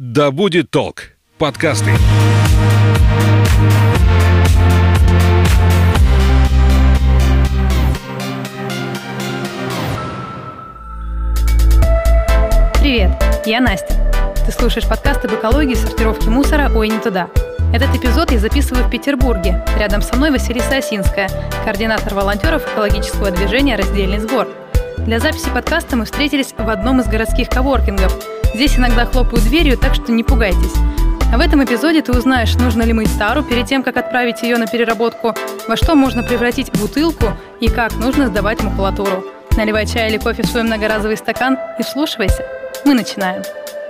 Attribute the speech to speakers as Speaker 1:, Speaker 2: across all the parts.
Speaker 1: Да будет толк. Подкасты.
Speaker 2: Привет, я Настя. Ты слушаешь подкаст об экологии и сортировке мусора «Ой, не туда». Этот эпизод я записываю в Петербурге. Рядом со мной Василиса Осинская, координатор волонтеров экологического движения «Раздельный сбор». Для записи подкаста мы встретились в одном из городских коворкингов. Здесь иногда хлопают дверью, так что не пугайтесь. А в этом эпизоде ты узнаешь, нужно ли мыть тару перед тем, как отправить ее на переработку, во что можно превратить бутылку и как нужно сдавать макулатуру. Наливай чай или кофе в свой многоразовый стакан и вслушивайся. Мы начинаем.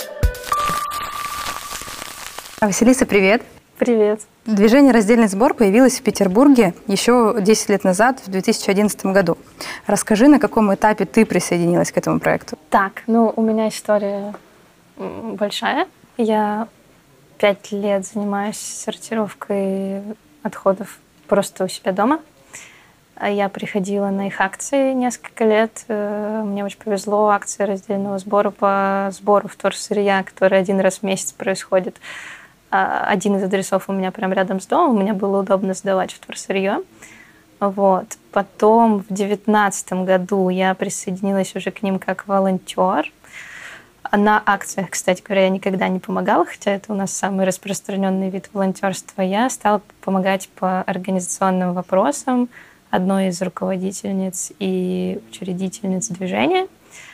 Speaker 2: Василиса, привет.
Speaker 3: Привет.
Speaker 2: Движение «Раздельный сбор» появилось в Петербурге еще 10 лет назад, в 2011 году. Расскажи, на каком этапе ты присоединилась к этому проекту?
Speaker 3: У меня история большая. Я 5 лет занимаюсь сортировкой отходов просто у себя дома. Я приходила на их акции несколько лет. Мне очень повезло. Акция раздельного сбора по сбору вторсырья, который один раз в месяц происходит. Один из адресов у меня прямо рядом с домом. Мне было удобно сдавать вторсырье. Вот. Потом в 2019 году я присоединилась уже к ним как волонтер. На акциях, кстати говоря, я никогда не помогала, хотя это у нас самый распространенный вид волонтерства. Я стала помогать по организационным вопросам одной из руководительниц и учредительниц движения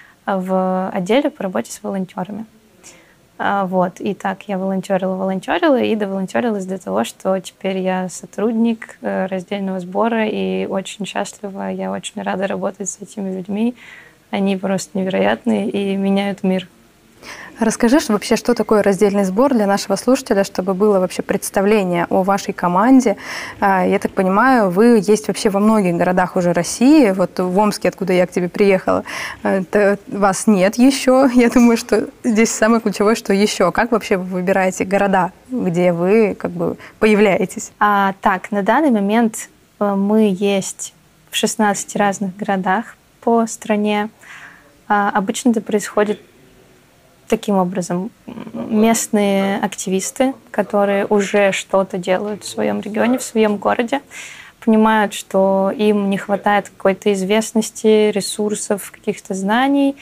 Speaker 3: в отделе по работе с волонтерами. Вот. И так я волонтерила и доволонтерилась до того, что теперь я сотрудник раздельного сбора и очень счастлива. Я очень рада работать с этими людьми. Они просто невероятные и меняют мир.
Speaker 2: Расскажи вообще, что такое раздельный сбор для нашего слушателя, чтобы было вообще представление о вашей команде. Я так понимаю, вы есть вообще во многих городах уже России. Вот в Омске, откуда я к тебе приехала, вас нет еще. Я думаю, что здесь самое ключевое, что еще. Как вообще вы выбираете города, где вы появляетесь?
Speaker 3: На данный момент мы есть в 16 разных городах по стране. Обычно это происходит таким образом. Местные активисты, которые уже что-то делают в своем регионе, в своем городе, понимают, что им не хватает какой-то известности, ресурсов, каких-то знаний.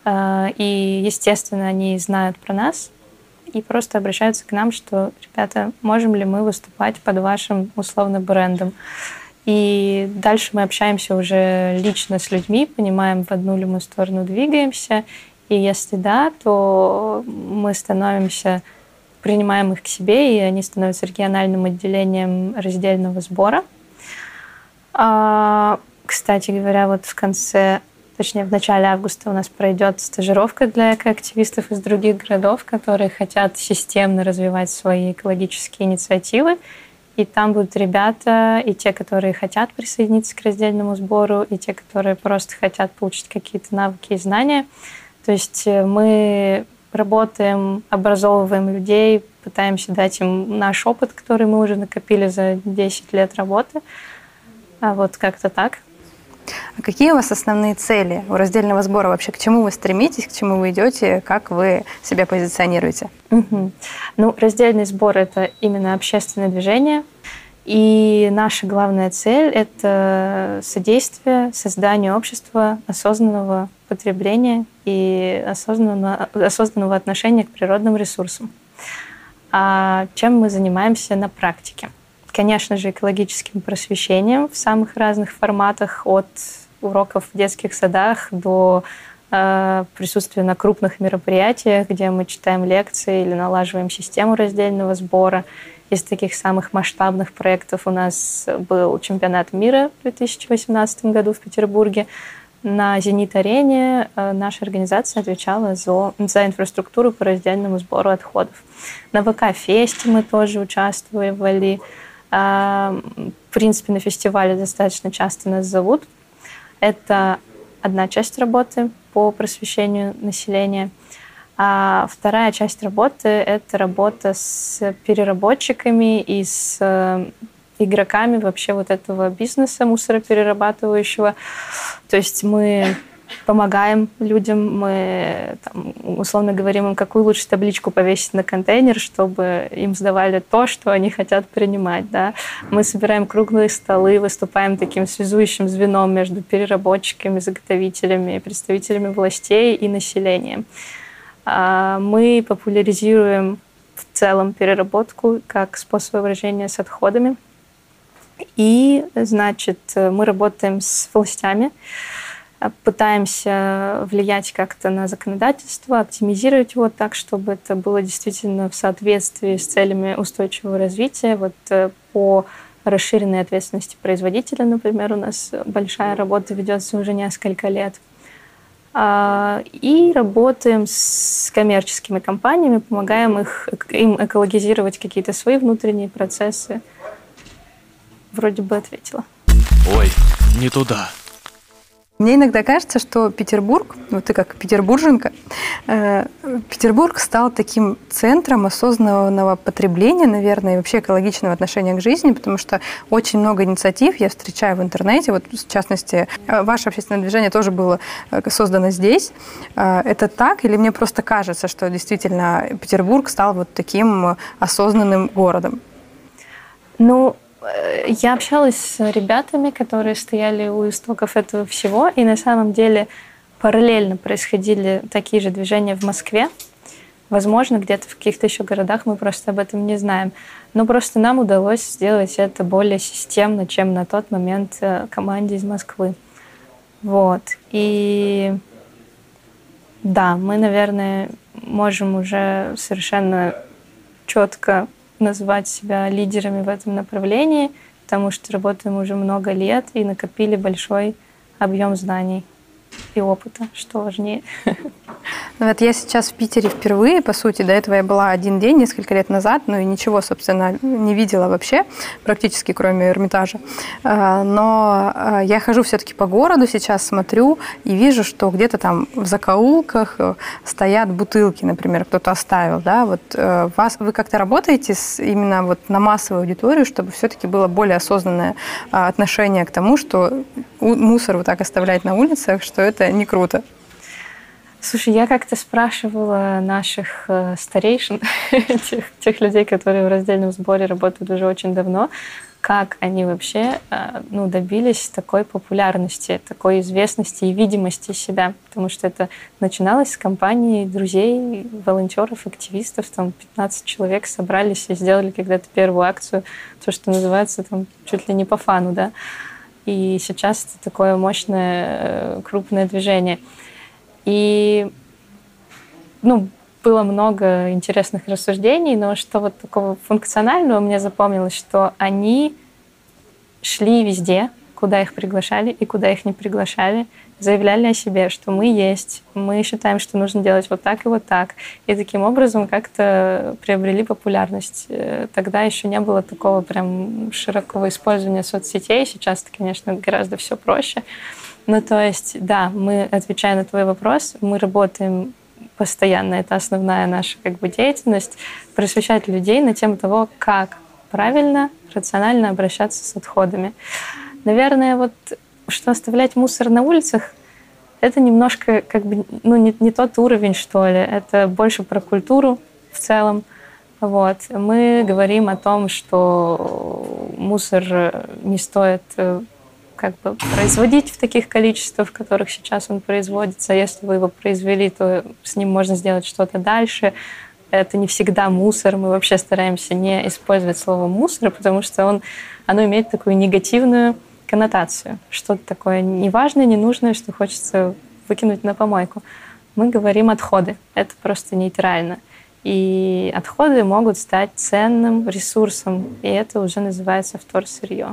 Speaker 3: И, естественно, они знают про нас и просто обращаются к нам, что, ребята, можем ли мы выступать под вашим, условно, брендом. И дальше мы общаемся уже лично с людьми, понимаем, в одну ли мы сторону двигаемся. И если да, то мы принимаем их к себе, и они становятся региональным отделением раздельного сбора. Кстати говоря, в начале августа у нас пройдет стажировка для экоактивистов из других городов, которые хотят системно развивать свои экологические инициативы. И там будут ребята, и те, которые хотят присоединиться к раздельному сбору, и те, которые просто хотят получить какие-то навыки и знания. То есть мы работаем, образовываем людей, пытаемся дать им наш опыт, который мы уже накопили за 10 лет работы. Вот как-то так.
Speaker 2: А какие у вас основные цели у раздельного сбора? Вообще, к чему вы стремитесь, к чему вы идете, как вы себя позиционируете?
Speaker 3: Раздельный сбор – это именно общественное движение. И наша главная цель – это содействие созданию общества осознанного потребления и осознанного отношения к природным ресурсам. А чем мы занимаемся на практике? Конечно же, экологическим просвещением в самых разных форматах, от уроков в детских садах до присутствия на крупных мероприятиях, где мы читаем лекции или налаживаем систему раздельного сбора. Из таких самых масштабных проектов у нас был чемпионат мира в 2018 году в Петербурге. На «Зенит-арене» наша организация отвечала за инфраструктуру по раздельному сбору отходов. На ВК-фесте мы тоже участвовали. В принципе, на фестивале достаточно часто нас зовут. Это одна часть работы по просвещению населения. А вторая часть работы – это работа с переработчиками и с игроками вообще вот этого бизнеса мусороперерабатывающего. То есть мы помогаем людям, мы там, условно говорим им, какую лучше табличку повесить на контейнер, чтобы им сдавали то, что они хотят принимать. Да? Мы собираем круглые столы, выступаем таким связующим звеном между переработчиками, заготовителями, представителями властей и населением. Мы популяризируем в целом переработку как способ обращения с отходами. И, значит, мы работаем с властями, пытаемся влиять как-то на законодательство, оптимизировать его так, чтобы это было действительно в соответствии с целями устойчивого развития. Вот по расширенной ответственности производителя, например, у нас большая работа ведется уже несколько лет. И работаем с коммерческими компаниями, помогаем им экологизировать какие-то свои внутренние процессы. Вроде бы ответила.
Speaker 4: Ой, не туда.
Speaker 2: Мне иногда кажется, что Петербург, вот ты как петербурженка, Петербург стал таким центром осознанного потребления, наверное, и вообще экологичного отношения к жизни, потому что очень много инициатив я встречаю в интернете. Вот, в частности, ваше общественное движение тоже было создано здесь. Это так? Или мне просто кажется, что действительно Петербург стал вот таким осознанным городом?
Speaker 3: Ну, я общалась с ребятами, которые стояли у истоков этого всего, и на самом деле параллельно происходили такие же движения в Москве. Возможно, где-то в каких-то еще городах мы просто об этом не знаем. Но просто нам удалось сделать это более системно, чем на тот момент команде из Москвы. Вот. И да, мы, наверное, можем уже совершенно четко назвать себя лидерами в этом направлении, потому что работаем уже много лет и накопили большой объем знаний и опыта, что важнее.
Speaker 2: Ну, вот я сейчас в Питере впервые, по сути, до этого я была один день, несколько лет назад, ну и ничего, собственно, не видела вообще, практически, кроме Эрмитажа. Но я хожу все-таки по городу сейчас, смотрю и вижу, что где-то там в закоулках стоят бутылки, например, кто-то оставил, да, вот вы как-то работаете именно вот на массовую аудиторию, чтобы все-таки было более осознанное отношение к тому, что мусор вот так оставлять на улицах, что это не круто.
Speaker 3: Слушай, я как-то спрашивала наших старейшин, тех людей, которые в раздельном сборе работают уже очень давно, как они вообще добились такой популярности, такой известности и видимости себя. Потому что это начиналось с компаний друзей, волонтеров, активистов. Там 15 человек собрались и сделали когда-то первую акцию, то, что называется там чуть ли не по фану, да. И сейчас это такое мощное, крупное движение. И, было много интересных рассуждений, но что вот такого функционального мне запомнилось, что они шли везде, куда их приглашали и куда их не приглашали, заявляли о себе, что мы есть, мы считаем, что нужно делать вот так и вот так. И таким образом как-то приобрели популярность. Тогда еще не было такого прям широкого использования соцсетей. Сейчас это, конечно, гораздо все проще. Ну, то есть, да, мы, отвечая на твой вопрос, мы работаем постоянно, это основная наша деятельность, просвещать людей на тему того, как правильно, рационально обращаться с отходами. Наверное, вот что оставлять мусор на улицах, это немножко не тот уровень, что ли, это больше про культуру в целом. Вот. Мы говорим о том, что мусор не стоит производить в таких количествах, в которых сейчас он производится. Если вы его произвели, то с ним можно сделать что-то дальше. Это не всегда мусор. Мы вообще стараемся не использовать слово «мусор», потому что оно имеет такую негативную коннотацию. Что-то такое неважное, ненужное, что хочется выкинуть на помойку. Мы говорим «отходы». Это просто нейтрально. И отходы могут стать ценным ресурсом, и это уже называется вторсырье.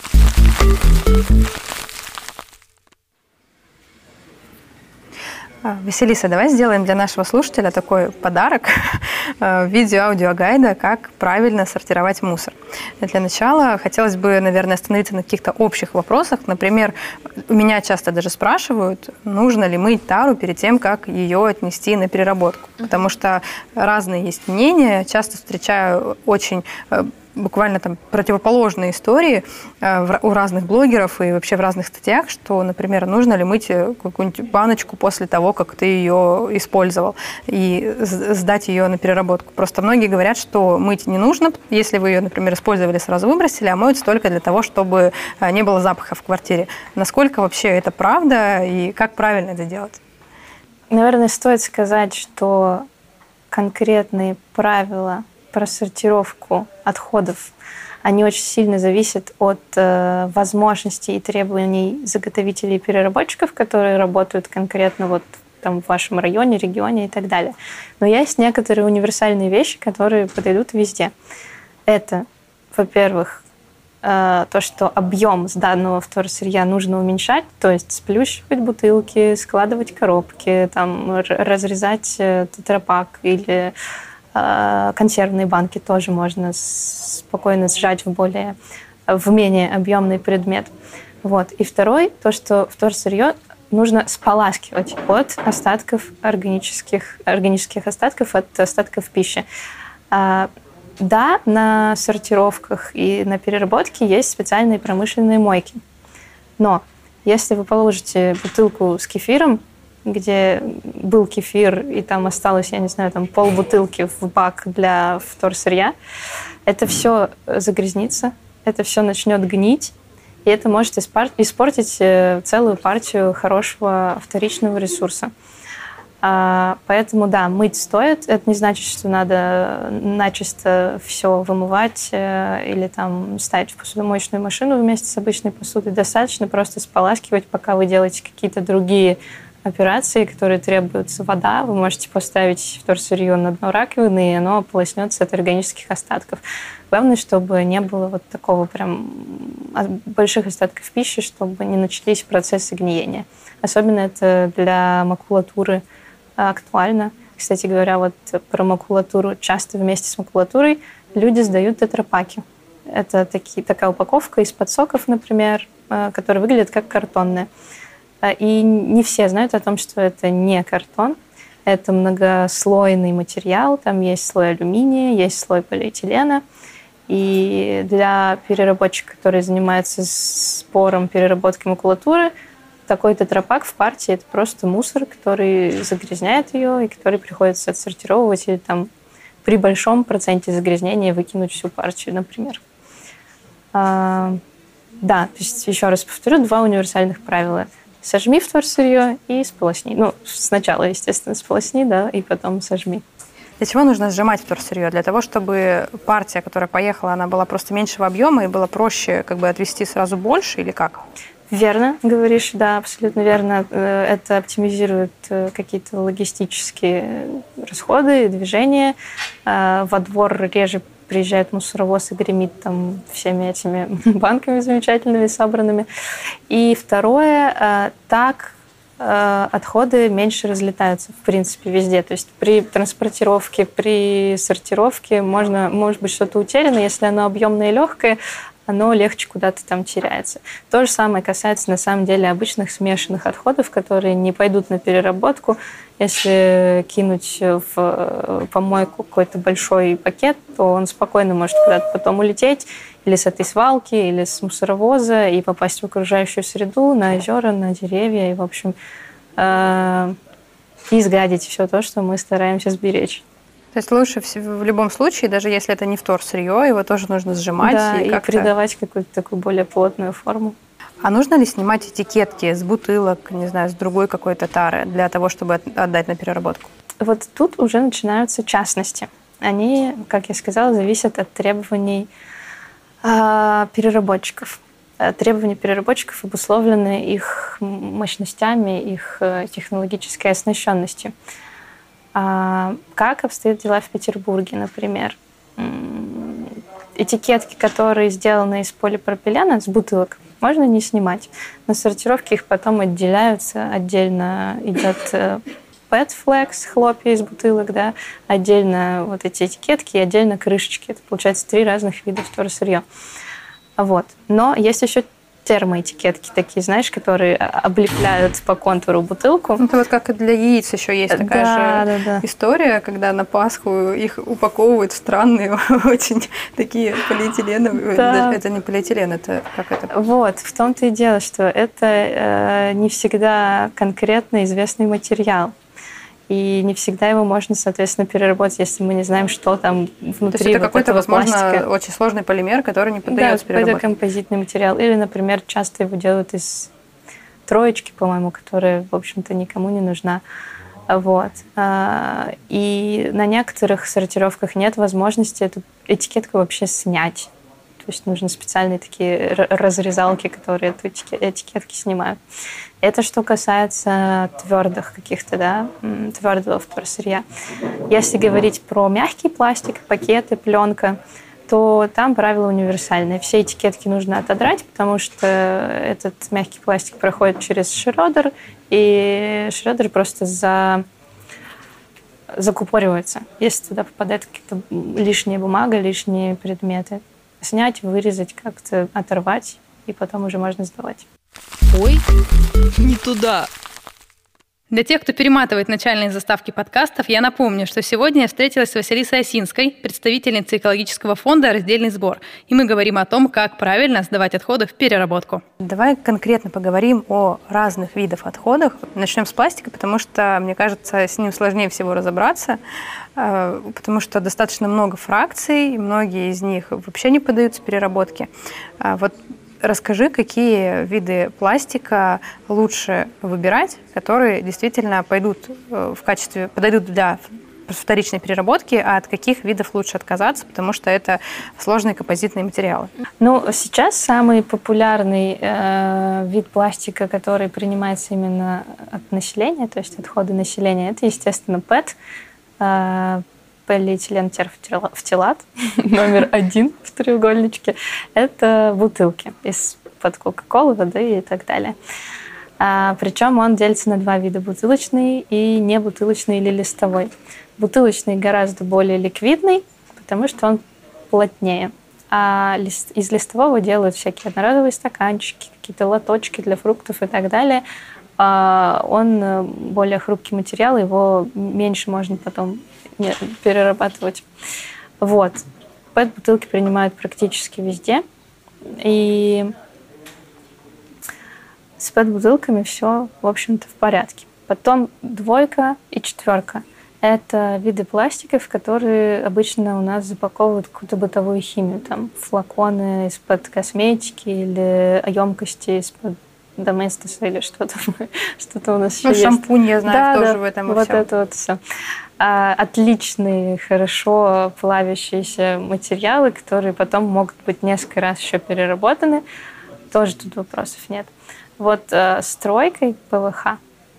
Speaker 2: Василиса, давай сделаем для нашего слушателя такой подарок в виде аудиогайда, как правильно сортировать мусор. Для начала хотелось бы, наверное, остановиться на каких-то общих вопросах. Например, меня часто даже спрашивают, нужно ли мыть тару перед тем, как ее отнести на переработку. Потому что разные есть мнения. Часто встречаю очень буквально там противоположные истории у разных блогеров и вообще в разных статьях, что, например, нужно ли мыть какую-нибудь баночку после того, как ты ее использовал, и сдать ее на переработку. Просто многие говорят, что мыть не нужно, если вы ее, например, использовали, сразу выбросили, а моются только для того, чтобы не было запаха в квартире. Насколько вообще это правда и как правильно это делать?
Speaker 3: Наверное, стоит сказать, что конкретные правила про сортировку отходов, они очень сильно зависят от возможностей и требований заготовителей и переработчиков, которые работают конкретно вот там в вашем районе, регионе и так далее. Но есть некоторые универсальные вещи, которые подойдут везде. Это, во-первых, то, что объем сданного вторсырья нужно уменьшать, то есть сплющивать бутылки, складывать коробки, там, разрезать тетрапак или консервные банки тоже можно спокойно сжать в менее объемный предмет. Вот. И второй, то, что вторсырье нужно споласкивать от остатков органических остатков, от остатков пищи. Да, на сортировках и на переработке есть специальные промышленные мойки. Но если вы положите бутылку с кефиром, где был кефир, и там осталось, я не знаю, там полбутылки в бак для вторсырья, это все загрязнится, это все начнет гнить, и это может испортить целую партию хорошего вторичного ресурса. Поэтому, да, мыть стоит. Это не значит, что надо начисто все вымывать или там ставить в посудомоечную машину вместе с обычной посудой. Достаточно просто споласкивать, пока вы делаете какие-то другие операции, которые требуются вода. Вы можете поставить вторсырье на дно раковины, и оно ополоснется от органических остатков. Главное, чтобы не было вот такого прям больших остатков пищи, чтобы не начались процессы гниения. Особенно это для макулатуры актуально. Кстати говоря, вот про макулатуру. Часто вместе с макулатурой люди сдают тетрапаки. Это такая упаковка из-под соков, например, которая выглядит как картонная. И не все знают о том, что это не картон. Это многослойный материал. Там есть слой алюминия, есть слой полиэтилена. И для переработчика, который занимается сбором переработки макулатуры, такой тетрапак в партии – это просто мусор, который загрязняет ее и который приходится отсортировывать или там при большом проценте загрязнения выкинуть всю партию, например. Да, то есть еще раз повторю, 2 универсальных правила. Сожми вторсырье и сполосни. Ну, сначала, естественно, сполосни, да, и потом сожми.
Speaker 2: Для чего нужно сжимать вторсырье? Для того, чтобы партия, которая поехала, она была просто меньшего объема и было проще как бы отвезти сразу больше или как?
Speaker 3: Верно, говоришь, да, абсолютно верно. Это оптимизирует какие-то логистические расходы, движения. Во двор реже приезжает мусоровоз и гремит там всеми этими банками замечательными собранными. И второе, так отходы меньше разлетаются, в принципе, везде. То есть при транспортировке, при сортировке может быть что-то утеряно, если оно объемное и легкое, оно легче куда-то там теряется. То же самое касается, на самом деле, обычных смешанных отходов, которые не пойдут на переработку. Если кинуть в помойку какой-то большой пакет, то он спокойно может куда-то потом улететь или с этой свалки, или с мусоровоза и попасть в окружающую среду, на озера, на деревья и, в общем, изгадить все то, что мы стараемся сберечь.
Speaker 2: То есть лучше в любом случае, даже если это не вторсырье, его тоже нужно сжимать.
Speaker 3: Да, и придавать какую-то такую более плотную форму.
Speaker 2: А нужно ли снимать этикетки с бутылок, не знаю, с другой какой-то тары для того, чтобы отдать на переработку?
Speaker 3: Вот тут уже начинаются частности. Они, как я сказала, зависят от требований переработчиков. Требования переработчиков обусловлены их мощностями, их технологической оснащенностью. Как обстоят дела в Петербурге, например? Этикетки, которые сделаны из полипропилена, с бутылок, можно не снимать. На сортировке их потом отделяются. Отдельно идет PET-флекс, хлопья из бутылок, да, отдельно вот эти этикетки и отдельно крышечки. Это, получается, 3 разных вида вторсырья. Вот. Но есть еще термоэтикетки такие, знаешь, которые облепляют по контуру бутылку.
Speaker 2: Это вот как и для яиц еще есть такая же история, когда на Пасху их упаковывают в странные очень такие полиэтиленовые. Да. Это не полиэтилен, это как это?
Speaker 3: Вот, в том-то и дело, что это не всегда конкретно известный материал. И не всегда его можно, соответственно, переработать, если мы не знаем, что там внутри.
Speaker 2: То есть это какой-то, возможно, очень сложный полимер, который не поддается переработке.
Speaker 3: Да, какой-то композитный материал. Или, например, часто его делают из троечки, по-моему, которая, в общем-то, никому не нужна. Вот. И на некоторых сортировках нет возможности эту этикетку вообще снять. То есть нужны специальные такие разрезалки, которые эту этикетки снимают. Это что касается твердых каких-то, да, твердого вторсырья. Если говорить про мягкий пластик, пакеты, пленка, то там правило универсальное. Все этикетки нужно отодрать, потому что этот мягкий пластик проходит через шредер, и шредер просто закупоривается, если туда попадает какая-то лишняя бумага, лишние предметы. Снять, вырезать, как-то оторвать, и потом уже можно сдавать.
Speaker 4: Ой, не туда.
Speaker 2: Для тех, кто перематывает начальные заставки подкастов, я напомню, что сегодня я встретилась с Василисой Осинской, представительницей экологического фонда «Раздельный сбор». И мы говорим о том, как правильно сдавать отходы в переработку. Давай конкретно поговорим о разных видах отходов. Начнем с пластика, потому что, мне кажется, с ним сложнее всего разобраться, потому что достаточно много фракций, многие из них вообще не поддаются переработке. Вот расскажи, какие виды пластика лучше выбирать, которые действительно подойдут для вторичной переработки, а от каких видов лучше отказаться, потому что это сложные композитные материалы.
Speaker 3: Ну, сейчас самый популярный вид пластика, который принимается именно от населения, то есть отходы населения, это, естественно, ПЭТ, полиэтилен терфтилат, номер 1 в треугольничке, это бутылки из-под Кока-Колы, воды и так далее. Причем он делится на два вида: бутылочный и небутылочный или листовой. Бутылочный гораздо более ликвидный, потому что он плотнее. А из листового делают всякие одноразовые стаканчики, какие-то лоточки для фруктов и так далее. Он более хрупкий материал, его меньше можно потом перерабатывать. Вот. ПЭТ-бутылки принимают практически везде. И с ПЭТ-бутылками все, в общем-то, в порядке. Потом 2 и 4. Это виды пластиков, которые обычно у нас запаковывают какую-то бытовую химию. Там флаконы из-под косметики или емкости из-под Доместоса или что-то у нас еще есть.
Speaker 2: Шампунь, я знаю, тоже в этом во
Speaker 3: всем. Вот
Speaker 2: это
Speaker 3: вот все. Отличные, хорошо плавящиеся материалы, которые потом могут быть несколько раз еще переработаны. Тоже тут вопросов нет. Вот с тройкой ПВХ,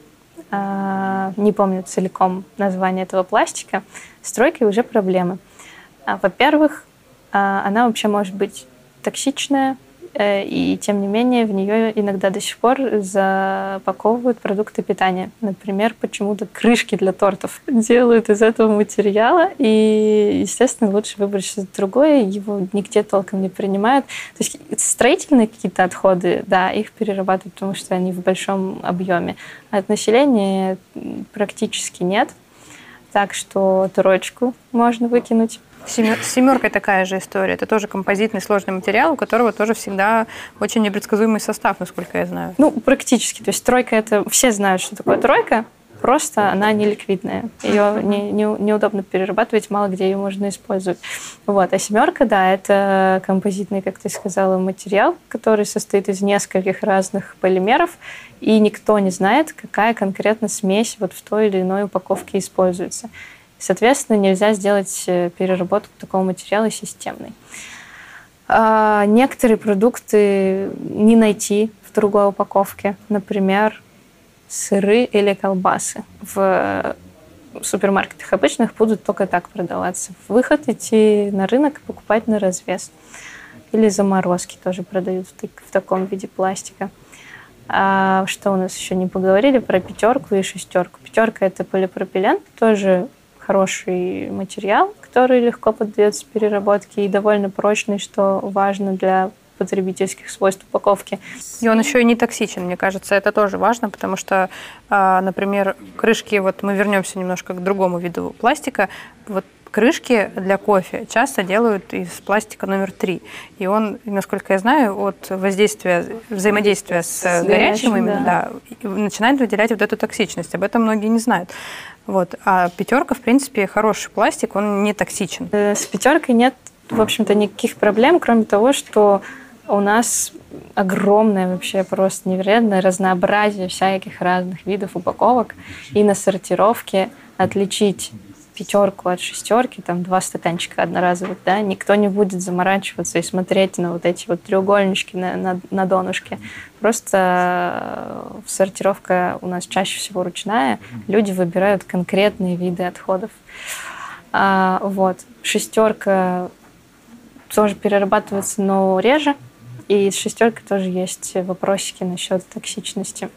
Speaker 3: не помню целиком название этого пластика, с тройкой уже проблемы. Во-первых, она вообще может быть токсичная, и тем не менее в нее иногда до сих пор запаковывают продукты питания. Например, почему-то крышки для тортов делают из этого материала, и, естественно, лучше выбрать что-то другое, его нигде толком не принимают. То есть строительные какие-то отходы, да, их перерабатывают, потому что они в большом объеме. А от населения практически нет, так что 3 можно выкинуть.
Speaker 2: С 7 такая же история. Это тоже композитный сложный материал, у которого тоже всегда очень непредсказуемый состав, насколько я знаю.
Speaker 3: Ну, практически. То есть 3 это... Все знают, что такое 3, просто она не ликвидная. Ее неудобно перерабатывать, мало где ее можно использовать. Вот. А 7, да, это композитный, как ты сказала, материал, который состоит из нескольких разных полимеров, и никто не знает, какая конкретно смесь вот в той или иной упаковке используется. Соответственно, нельзя сделать переработку такого материала системной. Некоторые продукты не найти в другой упаковке. Например, сыры или колбасы. В супермаркетах обычных будут только так продаваться. В выход идти на рынок и покупать на развес. Или заморозки тоже продают в таком виде пластика. Что у нас еще не поговорили? Про 5 и 6. 5 – это полипропилен, тоже хороший материал, который легко поддается переработке и довольно прочный, что важно для потребительских свойств упаковки.
Speaker 2: И он еще и не токсичен, мне кажется, это тоже важно, потому что, например, крышки, вот мы вернемся немножко к другому виду пластика, вот крышки для кофе часто делают из пластика номер 3. И он, насколько я знаю, от взаимодействия с горячим именно, начинает выделять вот эту токсичность. Об этом многие не знают. Вот. А пятерка, в принципе, хороший пластик, он не токсичен.
Speaker 3: С пятеркой нет, в общем-то, никаких проблем, кроме того, что у нас огромное вообще просто невероятное разнообразие всяких разных видов упаковок. И на сортировке отличить пятерку от шестерки, там 2 стаканчика одноразовых, да, никто не будет заморачиваться и смотреть на вот эти вот треугольнички на донышке. Просто сортировка у нас чаще всего ручная, люди выбирают конкретные виды отходов. Вот. Шестерка тоже перерабатывается, но реже, и с шестеркой тоже есть вопросики насчет токсичности.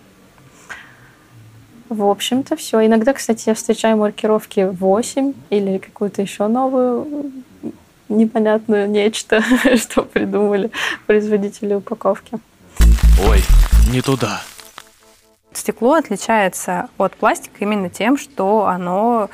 Speaker 3: В общем-то, все. Иногда, кстати, я встречаю маркировки 8 или какую-то еще новую непонятную нечто, что придумали производители упаковки.
Speaker 5: Ой, не туда.
Speaker 2: Стекло отличается от пластика именно тем, что оно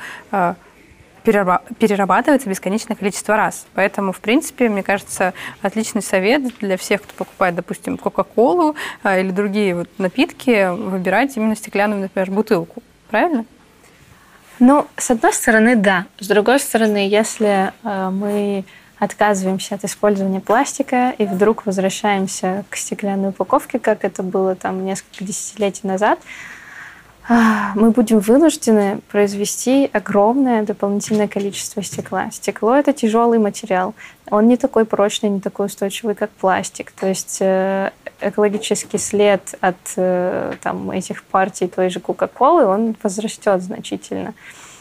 Speaker 2: перерабатывается бесконечное количество раз. Поэтому, в принципе, мне кажется, отличный совет для всех, кто покупает, допустим, Кока-Колу или другие вот напитки, выбирать именно стеклянную, например, бутылку. Правильно?
Speaker 3: Ну, с одной стороны, да. С другой стороны, если мы отказываемся от использования пластика и вдруг возвращаемся к стеклянной упаковке, как это было там несколько десятилетий назад, мы будем вынуждены произвести огромное дополнительное количество стекла. Стекло – это тяжелый материал. Он не такой прочный, не такой устойчивый, как пластик. То есть экологический след от там, этих партий той же Кока-Колы, он возрастет значительно.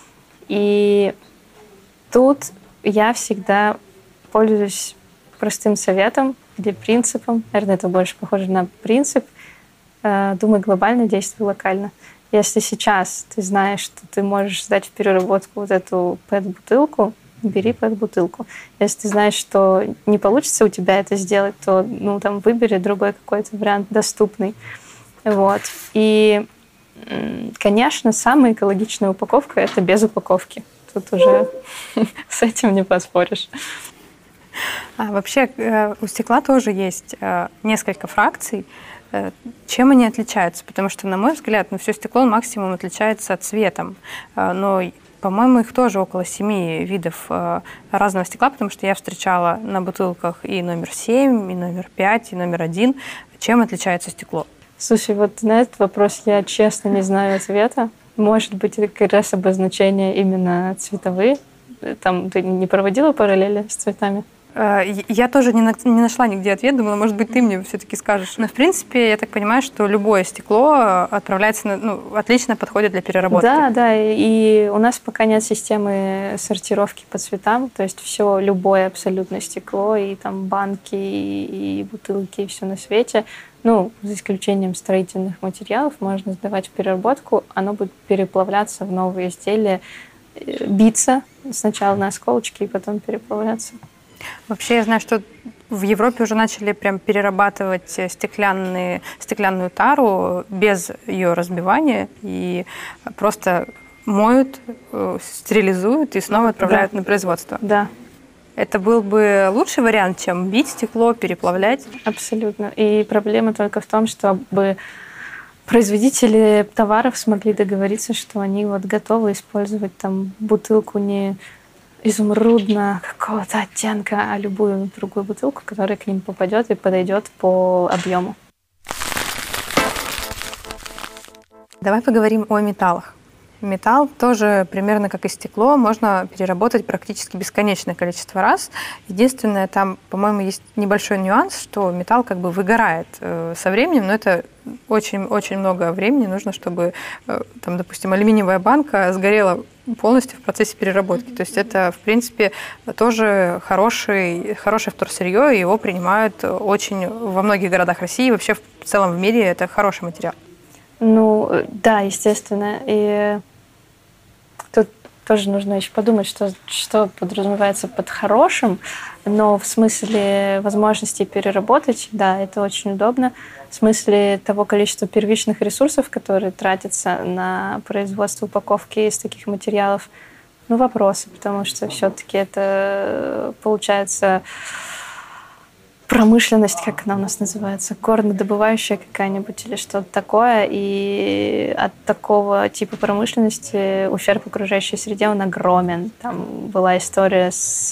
Speaker 3: И тут я всегда пользуюсь простым советом или принципом. Наверное, это больше похоже на принцип. Думай глобально, действуй локально. Если сейчас ты знаешь, что ты можешь сдать в переработку вот эту ПЭТ-бутылку, бери ПЭТ-бутылку. Если ты знаешь, что не получится у тебя это сделать, то там выбери другой какой-то вариант доступный. Вот. И, конечно, самая экологичная упаковка – это без упаковки. Тут уже с этим не поспоришь.
Speaker 2: Вообще у стекла тоже есть несколько фракций. Чем они отличаются? Потому что, на мой взгляд, все стекло максимум отличается цветом. Но, по-моему, их тоже около 7 видов разного стекла, потому что я встречала на бутылках и номер 7, и номер 5, и номер 1. Чем отличается стекло?
Speaker 3: Слушай, вот на этот вопрос я честно не знаю ответа. Может быть, это как раз обозначения именно цветовые. Там ты не проводила параллели с цветами?
Speaker 2: Я тоже не нашла нигде ответ, думала, может быть, ты мне все-таки скажешь. Но, в принципе, я так понимаю, что любое стекло отправляется, отлично подходит для переработки.
Speaker 3: Да, и у нас пока нет системы сортировки по цветам, то есть все, любое абсолютно стекло, и там банки, и бутылки, и все на свете, за исключением строительных материалов, можно сдавать в переработку, оно будет переплавляться в новые изделия, биться сначала на осколочки, и потом переплавляться.
Speaker 2: Вообще, я знаю, что в Европе уже начали прям перерабатывать стеклянную тару без ее разбивания и просто моют, стерилизуют и снова отправляют на производство.
Speaker 3: Да.
Speaker 2: Это был бы лучший вариант, чем бить стекло, переплавлять?
Speaker 3: Абсолютно. И проблема только в том, чтобы производители товаров смогли договориться, что они готовы использовать там бутылку не изумрудно какого-то оттенка, а любую другую бутылку, которая к ним попадет и подойдет по объему.
Speaker 2: Давай поговорим о металлах. Металл тоже примерно как и стекло можно переработать практически бесконечное количество раз. Единственное, там, по-моему, есть небольшой нюанс, что металл как бы выгорает со временем, но это очень много времени нужно, чтобы, там, допустим, алюминиевая банка сгорела полностью в процессе переработки. То есть это, в принципе, тоже хорошее вторсырье, и его принимают во многих городах России, и вообще в целом в мире это хороший материал.
Speaker 3: Да, естественно. И тут тоже нужно еще подумать, что подразумевается под хорошим, но в смысле возможности переработать, да, это очень удобно. В смысле того количества первичных ресурсов, которые тратятся на производство упаковки из таких материалов, вопросы, потому что все-таки это получается промышленность, как она у нас называется, горнодобывающая какая-нибудь или что-то такое. И от такого типа промышленности ущерб окружающей среде, он огромен. Там была история с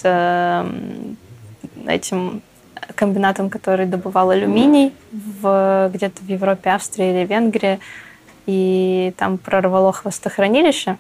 Speaker 3: этим комбинатом, который добывал алюминий где-то в Европе, Австрии или Венгрии. И там прорвало хвостохранилище,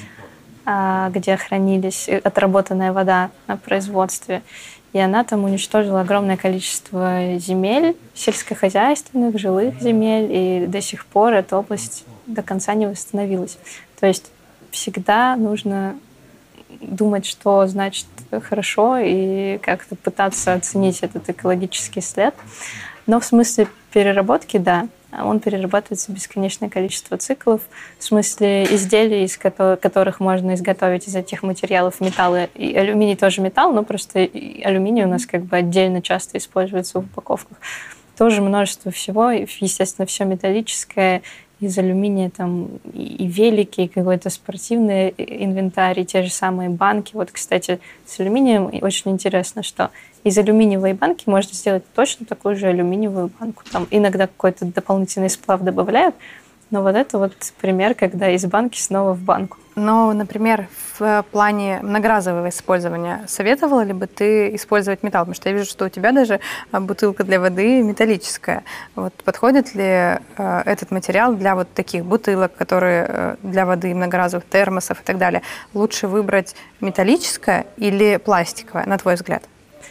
Speaker 3: где хранились отработанная вода на производстве. И она там уничтожила огромное количество земель, сельскохозяйственных, жилых земель, и до сих пор эта область до конца не восстановилась. То есть всегда нужно думать, что значит хорошо, и как-то пытаться оценить этот экологический след. Но в смысле переработки, да, он перерабатывается бесконечное количество циклов. В смысле изделий, из которых можно изготовить из этих материалов металлы. И алюминий тоже металл, но просто алюминий у нас как бы отдельно часто используется в упаковках. Тоже множество всего. Естественно, все металлическое. Из алюминия там и велики, и какой-то спортивный инвентарь, и те же самые банки. Вот, кстати, с алюминием очень интересно, что из алюминиевой банки можно сделать точно такую же алюминиевую банку. Там иногда какой-то дополнительный сплав добавляют, но вот это вот пример, когда из банки снова в банку.
Speaker 2: Но, например, в плане многоразового использования советовала ли бы ты использовать металл? Потому что я вижу, что у тебя даже бутылка для воды металлическая. Вот подходит ли этот материал для вот таких бутылок, которые для воды, многоразовых термосов и так далее? Лучше выбрать металлическое или пластиковое, на твой взгляд?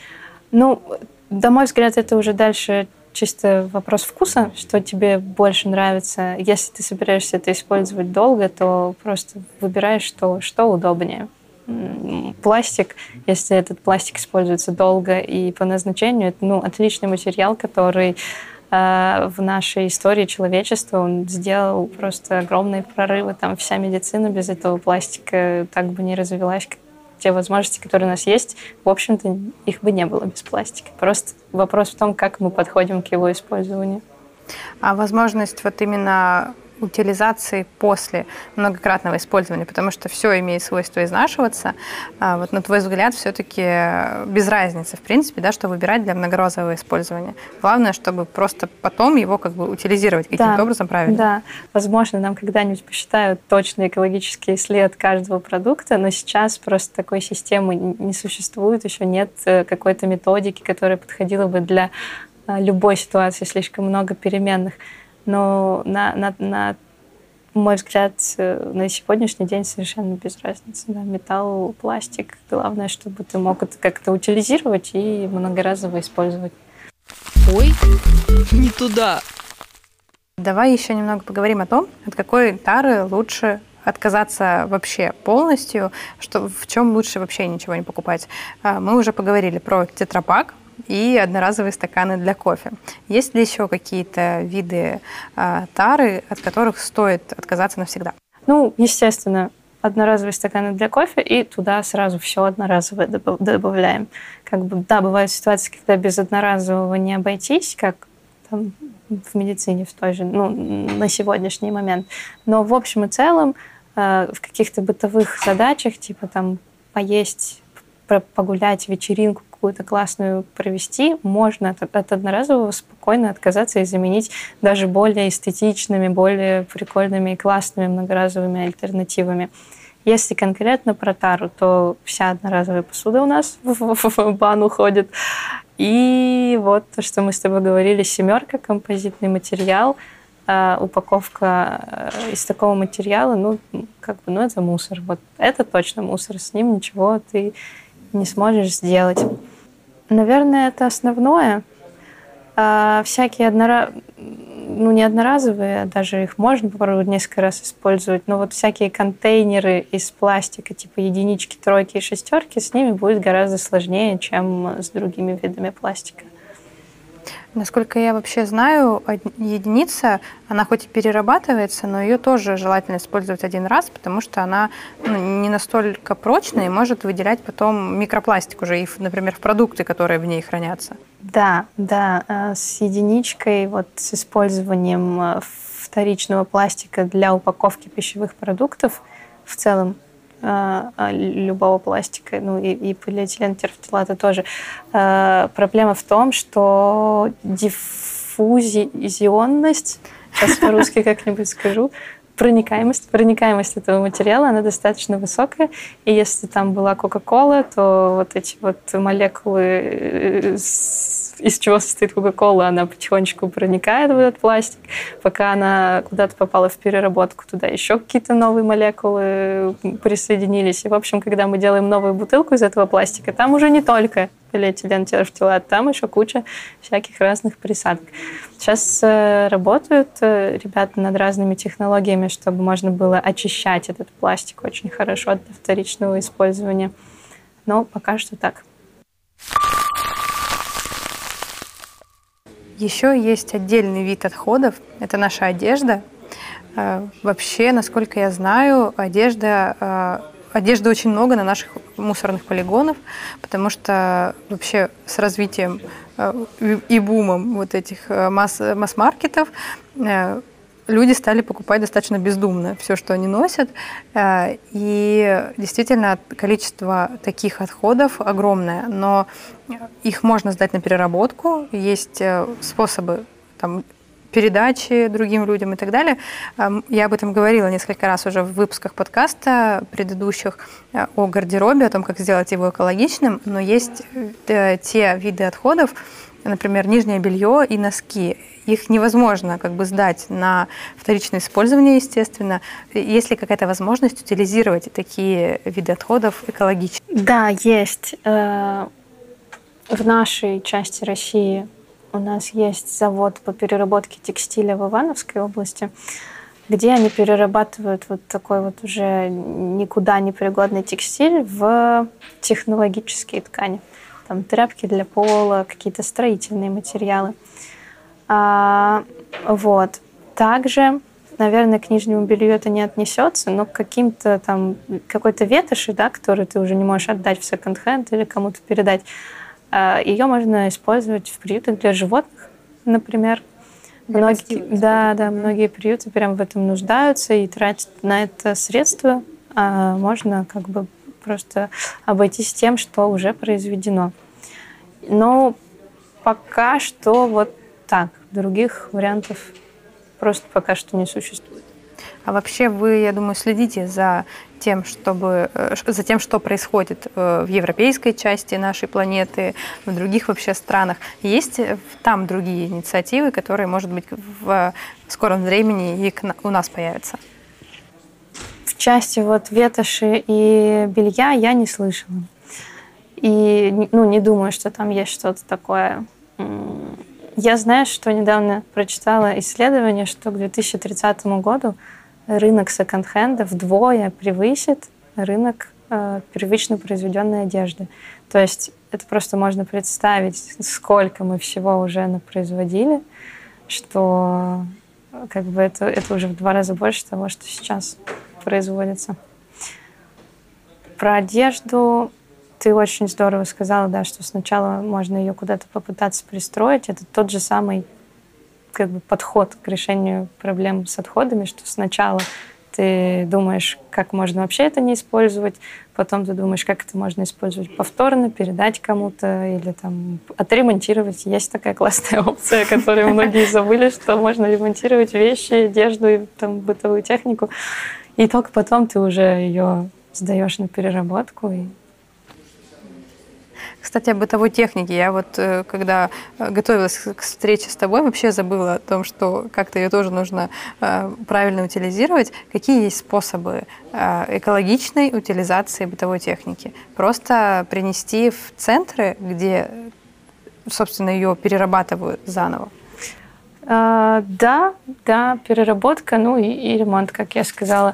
Speaker 3: На мой взгляд, это уже дальше чисто вопрос вкуса, что тебе больше нравится. Если ты собираешься это использовать долго, то просто выбираешь, что удобнее. Пластик, если этот пластик используется долго и по назначению, это отличный материал, который в нашей истории человечества он сделал просто огромные прорывы. Там вся медицина без этого пластика так бы не развилась, как те возможности, которые у нас есть, в общем-то, их бы не было без пластика. Просто вопрос в том, как мы подходим к его использованию.
Speaker 2: А возможность вот именно утилизации после многократного использования, потому что все имеет свойство изнашиваться. Вот на твой взгляд, все-таки без разницы, в принципе, да, что выбирать для многоразового использования. Главное, чтобы просто потом его как бы утилизировать каким-то образом правильно.
Speaker 3: Да, возможно, нам когда-нибудь посчитают точный экологический след каждого продукта, но сейчас просто такой системы не существует, еще нет какой-то методики, которая подходила бы для любой ситуации, слишком много переменных. Но, на мой взгляд, на сегодняшний день совершенно без разницы. Да, металл, пластик. Главное, чтобы ты мог это как-то утилизировать и многоразово использовать.
Speaker 4: Ой, не туда.
Speaker 2: Давай еще немного поговорим о том, от какой тары лучше отказаться вообще полностью, в чем лучше вообще ничего не покупать. Мы уже поговорили про тетрапак и одноразовые стаканы для кофе. Есть ли еще какие-то виды тары, от которых стоит отказаться навсегда?
Speaker 3: Естественно, одноразовые стаканы для кофе, и туда сразу все одноразовое добавляем. Да, бывают ситуации, когда без одноразового не обойтись, как там в медицине в той же, на сегодняшний момент. Но в общем и целом в каких-то бытовых задачах, типа там поесть, погулять, вечеринку какую-то классную провести, можно от одноразового спокойно отказаться и заменить даже более эстетичными, более прикольными и классными многоразовыми альтернативами. Если конкретно про тару, то вся одноразовая посуда у нас в бан уходит. И вот то, что мы с тобой говорили, 7, композитный материал, упаковка из такого материала, это мусор. Вот это точно мусор, с ним ничего ты не сможешь сделать. Наверное, это основное. Всякие не одноразовые, даже их можно попробовать несколько раз использовать, но вот всякие контейнеры из пластика, типа единички, тройки и шестерки, с ними будет гораздо сложнее, чем с другими видами пластика.
Speaker 2: Насколько я вообще знаю, единица, она хоть и перерабатывается, но ее тоже желательно использовать один раз, потому что она не настолько прочная и может выделять потом микропластик уже, например, в продукты, которые в ней хранятся.
Speaker 3: Да, с единичкой, вот с использованием вторичного пластика для упаковки пищевых продуктов в целом, любого пластика, ну и полиэтилен, терфталата тоже. Проблема в том, что диффузионность, сейчас по-русски как-нибудь скажу, проникаемость этого материала, она достаточно высокая. И если там была Кока-Кола, то вот эти вот молекулы, из чего состоит Кока-Кола, она потихонечку проникает в этот пластик. Пока она куда-то попала в переработку, туда еще какие-то новые молекулы присоединились. И, в общем, когда мы делаем новую бутылку из этого пластика, там уже не только полиэтилен, терфталат, там еще куча всяких разных присадок. Сейчас работают ребята над разными технологиями, чтобы можно было очищать этот пластик очень хорошо от вторичного использования. Но пока что так.
Speaker 2: Еще есть отдельный вид отходов. Это наша одежда. Вообще, насколько я знаю, одежды очень много на наших мусорных полигонах, потому что вообще с развитием и бумом вот этих масс-маркетов люди стали покупать достаточно бездумно все, что они носят. И действительно количество таких отходов огромное, но их можно сдать на переработку. Есть способы там, передачи другим людям и так далее. Я об этом говорила несколько раз уже в выпусках подкаста предыдущих о гардеробе, о том, как сделать его экологичным, но есть те виды отходов, например, нижнее белье и носки. Их невозможно как бы сдать на вторичное использование, естественно. Есть ли какая-то возможность утилизировать такие виды отходов экологично?
Speaker 3: Да, есть. В нашей части России у нас есть завод по переработке текстиля в Ивановской области, где они перерабатывают вот такой вот уже никуда не пригодный текстиль в технологические ткани. Там тряпки для пола, какие-то строительные материалы. Вот. Также, наверное, к нижнему белью это не отнесется, но к каким-то там, какой-то ветоши, да, который ты уже не можешь отдать в секонд-хенд или кому-то передать, ее можно использовать в приютах для животных, например. Многие приюты прям в этом нуждаются и тратят на это средства. Можно как бы просто обойтись тем, что уже произведено. Но пока что вот так. Других вариантов просто пока что не существует.
Speaker 2: А вообще вы, я думаю, следите за тем, что происходит в европейской части нашей планеты, в других вообще странах. Есть там другие инициативы, которые, может быть, в скором времени и у нас появятся?
Speaker 3: В части вот ветоши и белья я не слышала. И не думаю, что там есть что-то такое. Я знаю, что недавно прочитала исследование, что к 2030 году рынок секонд-хенда вдвое превысит рынок первично произведенной одежды. То есть это просто можно представить, сколько мы всего уже напроизводили, что как бы это уже в 2 раза больше того, что сейчас производится. Про одежду ты очень здорово сказала, да, что сначала можно ее куда-то попытаться пристроить. Это тот же самый как бы подход к решению проблем с отходами, что сначала ты думаешь, как можно вообще это не использовать, потом ты думаешь, как это можно использовать повторно, передать кому-то или там отремонтировать. Есть такая классная опция, которую многие забыли, что можно ремонтировать вещи, одежду и там бытовую технику. И только потом ты уже ее сдаешь на переработку.
Speaker 2: Кстати, о бытовой технике. Я вот, когда готовилась к встрече с тобой, вообще забыла о том, что как-то ее тоже нужно правильно утилизировать. Какие есть способы экологичной утилизации бытовой техники? Просто принести в центры, где, собственно, ее перерабатывают заново?
Speaker 3: Да, переработка, и ремонт, как я сказала.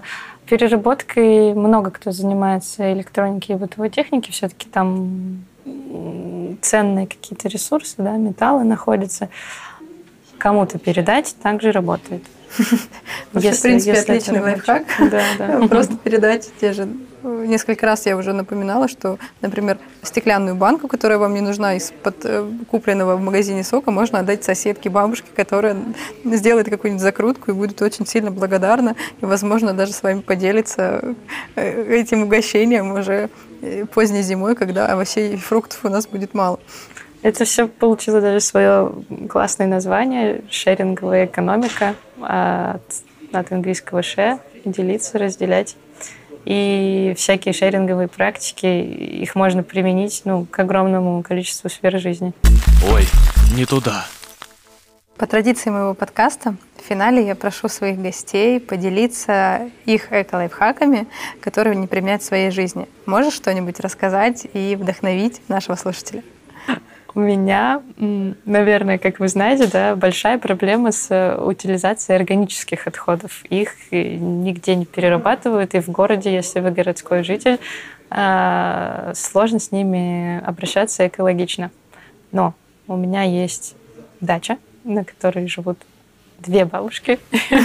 Speaker 3: Переработкой много кто занимается электроники и бытовой техники. Все-таки там ценные какие-то ресурсы, да, металлы находятся, кому-то передать, также работает.
Speaker 6: Вообще, в принципе, отличный лайфхак.
Speaker 3: Да.
Speaker 6: Просто передать те же. Несколько раз я уже напоминала, что, например, стеклянную банку, которая вам не нужна из-под купленного в магазине сока, можно отдать соседке, бабушке, которая сделает какую-нибудь закрутку и будет очень сильно благодарна. И, возможно, даже с вами поделится этим угощением уже поздней зимой, когда овощей и фруктов у нас будет мало.
Speaker 3: Это все получило даже свое классное название – шеринговая экономика, от английского share – делиться, разделять. И всякие шеринговые практики, их можно применить к огромному количеству сфер жизни.
Speaker 5: Ой, не туда.
Speaker 6: По традиции моего подкаста, в финале я прошу своих гостей поделиться их эко-лайфхаками, которые они применяют в своей жизни. Можешь что-нибудь рассказать и вдохновить нашего слушателя?
Speaker 3: У меня, наверное, как вы знаете, да, большая проблема с утилизацией органических отходов. Их нигде не перерабатывают, и в городе, если вы городской житель, сложно с ними обращаться экологично. Но у меня есть дача, на которой живут 2 бабушки.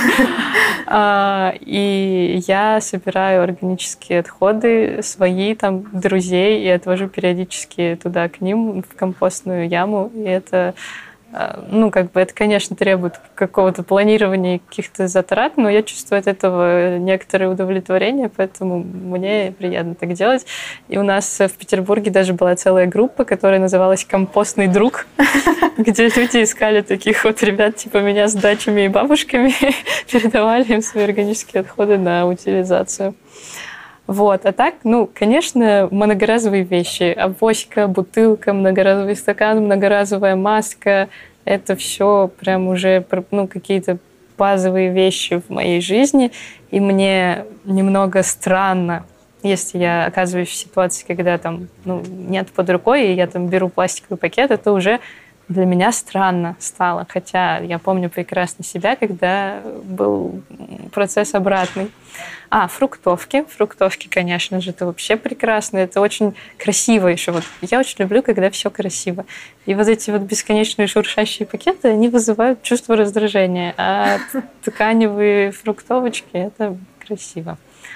Speaker 3: И я собираю органические отходы свои, друзей, и отвожу периодически туда к ним, в компостную яму. И это, это, конечно, требует какого-то планирования и каких-то затрат, но я чувствую от этого некоторое удовлетворение, поэтому мне приятно так делать. И у нас в Петербурге даже была целая группа, которая называлась «Компостный друг», где люди искали таких вот ребят типа меня с дачами и бабушками, передавали им свои органические отходы на утилизацию. Вот. А так, конечно, многоразовые вещи. Авоська, бутылка, многоразовый стакан, многоразовая маска. Это все прям уже какие-то базовые вещи в моей жизни. И мне немного странно, если я оказываюсь в ситуации, когда нет под рукой, и я беру пластиковый пакет, это уже для меня странно стало. Хотя я помню прекрасно себя, когда был процесс обратный. Фруктовки. Фруктовки, конечно же, это вообще прекрасно. Это очень красиво еще. Я очень люблю, когда все красиво. И эти бесконечные шуршащие пакеты, они вызывают чувство раздражения. А тканевые фруктовочки – это красиво.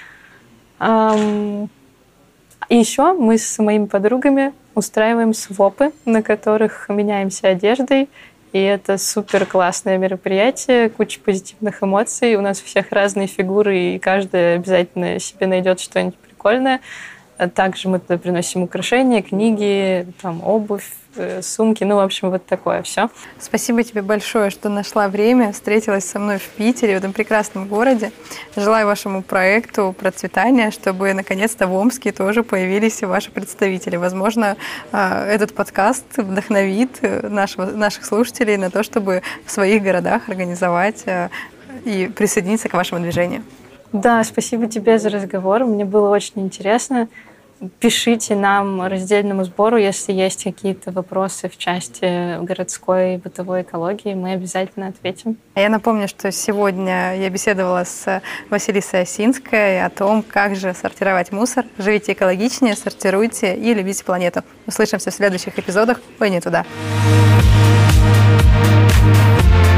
Speaker 3: И еще мы с моими подругами устраиваем свопы, на которых меняемся одеждой. И это супер классное мероприятие, куча позитивных эмоций. У нас у всех разные фигуры, и каждая обязательно себе найдет что-нибудь прикольное. Также мы туда приносим украшения, книги, обувь, сумки, в общем, вот такое все.
Speaker 6: Спасибо тебе большое, что нашла время, встретилась со мной в Питере, в этом прекрасном городе. Желаю вашему проекту процветания, чтобы наконец-то в Омске тоже появились ваши представители. Возможно, этот подкаст вдохновит наших слушателей на то, чтобы в своих городах организовать и присоединиться к вашему движению.
Speaker 3: Да, спасибо тебе за разговор. Мне было очень интересно. Пишите нам, раздельному сбору, если есть какие-то вопросы в части городской бытовой экологии, мы обязательно ответим.
Speaker 6: Я напомню, что сегодня я беседовала с Василисой Осинской о том, как же сортировать мусор. Живите экологичнее, сортируйте и любите планету. Услышимся в следующих эпизодах. Ой, не туда.